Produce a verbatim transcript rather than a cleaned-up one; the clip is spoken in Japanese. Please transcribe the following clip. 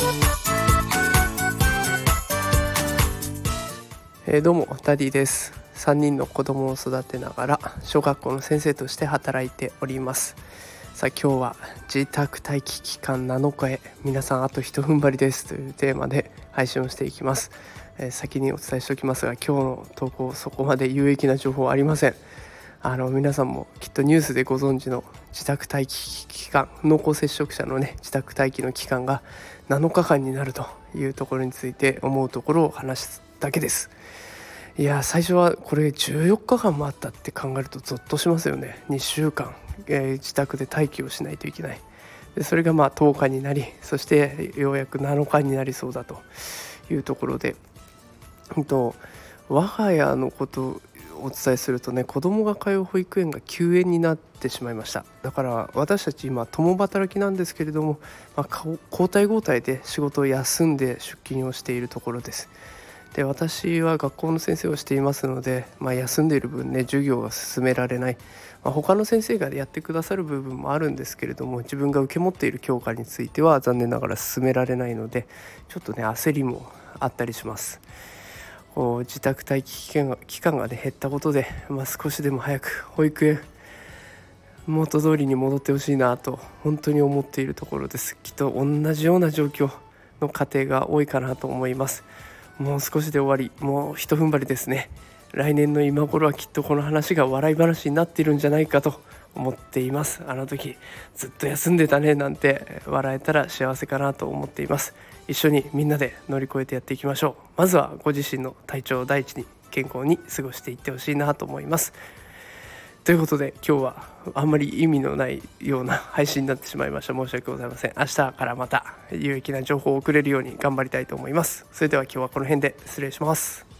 えー、どうもダディです。さんにんの子供を育てながら小学校の先生として働いております。さあ今日は自宅待機期間なのかへ、皆さんあとひと踏ん張りですというテーマで配信をしていきます。えー、先にお伝えしておきますが、今日の投稿そこまで有益な情報はありません。あの皆さんもきっとニュースでご存知の自宅待機期間、濃厚接触者のね自宅待機の期間がなのかかんになるというところについて思うところを話すだけです。いや最初はこれじゅうよっかかんもあったって考えるとゾッとしますよね。にしゅうかん、えー、自宅で待機をしないといけない。でそれがまあとおかになり、そしてようやくなのかになりそうだというところで、うんと我が家のことをお伝えするとね、子供が通う保育園が休園になってしまいました。だから私たち今共働きなんですけれども、まあ、交代交代で仕事を休んで出勤をしているところです。で私は学校の先生をしていますので、まあ、休んでいる分ね授業が進められない、まあ、他の先生がやってくださる部分もあるんですけれども、自分が受け持っている教科については残念ながら進められないので、ちょっとね焦りもあったりします。こう自宅待機期間が、期間がね減ったことで、まあ、少しでも早く保育園元通りに戻ってほしいなと本当に思っているところです。きっと同じような状況の家庭が多いかなと思います。もう少しで終わり、もうひと踏ん張りですね。来年の今頃はきっとこの話が笑い話になっているんじゃないかと思っています。あの時ずっと休んでたねなんて笑えたら幸せかなと思っています。一緒にみんなで乗り越えてやっていきましょう。まずはご自身の体調を第一に健康に過ごしていってほしいなと思います。ということで今日はあんまり意味のないような配信になってしまいました。申し訳ございません。明日からまた有益な情報を送れるように頑張りたいと思います。それでは今日はこの辺で失礼します。